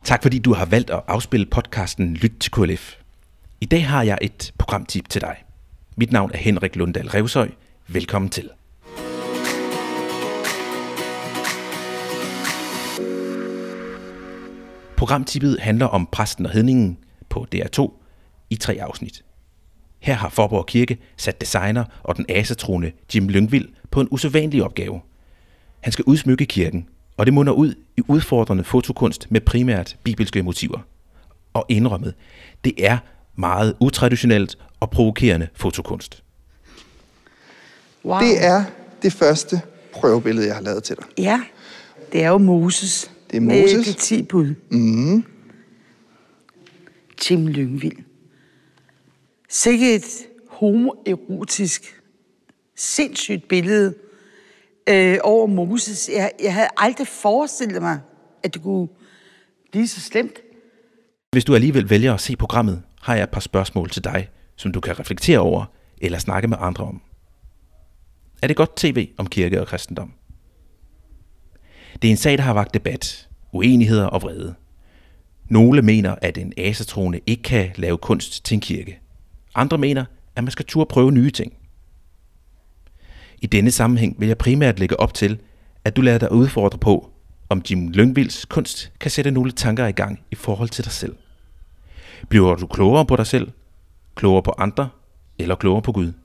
Tak fordi du har valgt at afspille podcasten Lyt til KLF. I dag har jeg et programtip til dig. Mit navn er Henrik Lundahl Revsøj. Velkommen til. Programtippet handler om præsten og hedningen på DR2 i 3 afsnit. Her har Faaborg Kirke sat designer og den asatroende Jim Lyngvild på en usædvanlig opgave. Han skal udsmykke kirken, og det munder ud i udfordrende fotokunst med primært bibelske motiver. Og indrømmet, det er meget utraditionelt og provokerende fotokunst. Wow. Det er det første prøvebillede, jeg har lavet til dig. Ja, det er jo Moses. Det er Moses. Med de 10 bud. Mm. Jim Lyngvild. Sikke et homoerotisk, sindssygt billede over Moses. Jeg havde aldrig forestillet mig, at det kunne blive så slemt. Hvis du alligevel vælger at se programmet, har jeg et par spørgsmål til dig, som du kan reflektere over eller snakke med andre om. Er det godt tv om kirke og kristendom? Det er en sag, der har vakt debat, uenigheder og vrede. Nogle mener, at en asatroende ikke kan lave kunst til en kirke. Andre mener, at man skal turde prøve nye ting. I denne sammenhæng vil jeg primært lægge op til, at du lader dig udfordre på, om Jim Lyngvilds kunst kan sætte nogle tanker i gang i forhold til dig selv. Bliver du klogere på dig selv, klogere på andre eller klogere på Gud?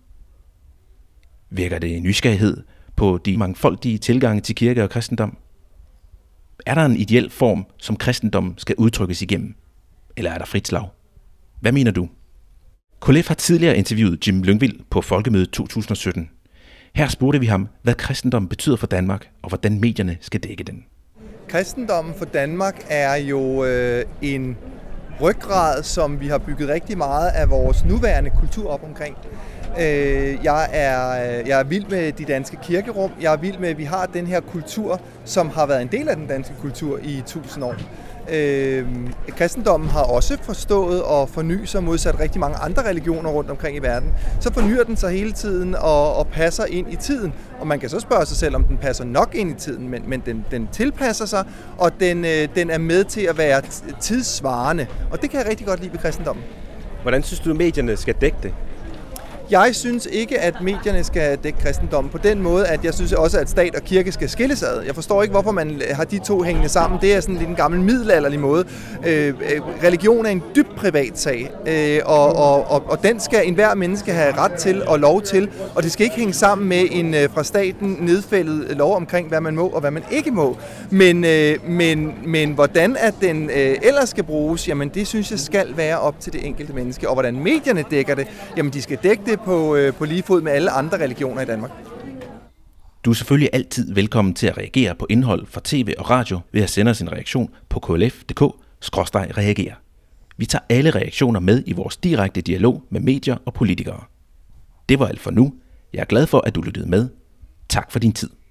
Virker det nysgerrighed på de mangfoldige tilgange til kirke og kristendom? Er der en ideel form, som kristendom skal udtrykkes igennem? Eller er der frit slag? Hvad mener du? KLF har tidligere interviewet Jim Lyngvild på Folkemødet 2017. Her spurgte vi ham, hvad kristendom betyder for Danmark, og hvordan medierne skal dække den. Kristendommen for Danmark er jo en ryggrad, som vi har bygget rigtig meget af vores nuværende kultur op omkring. Jeg er vild med de danske kirkerum. Jeg er vild med, at vi har den her kultur, som har været en del af den danske kultur i 1000 år. Kristendommen har også forstået og forny sig modsat rigtig mange andre religioner rundt omkring i verden. Så fornyer den sig hele tiden og passer ind i tiden. Og man kan så spørge sig selv, om den passer nok ind i tiden, men den tilpasser sig, og den er med til at være tidssvarende. Og det kan jeg rigtig godt lide ved kristendommen. Hvordan synes du, medierne skal dække det? Jeg synes ikke, at medierne skal dække kristendommen på den måde, at jeg synes også, at stat og kirke skal skilles ad. Jeg forstår ikke, hvorfor man har de to hængende sammen. Det er sådan lidt en gammel middelalderlig måde. Religion er en dybt privat sag, og den skal enhver menneske have ret til og lov til, og det skal ikke hænge sammen med en fra staten nedfældet lov omkring, hvad man må og hvad man ikke må. Men hvordan at den ellers skal bruges, jamen det synes jeg skal være op til det enkelte menneske. Og hvordan medierne dækker det, jamen de skal dække det på lige fod med alle andre religioner i Danmark. Du er selvfølgelig altid velkommen til at reagere på indhold fra tv og radio ved at sende os en reaktion på klf.dk/reagere. Vi tager alle reaktioner med i vores direkte dialog med medier og politikere. Det var alt for nu. Jeg er glad for, at du lyttede med. Tak for din tid.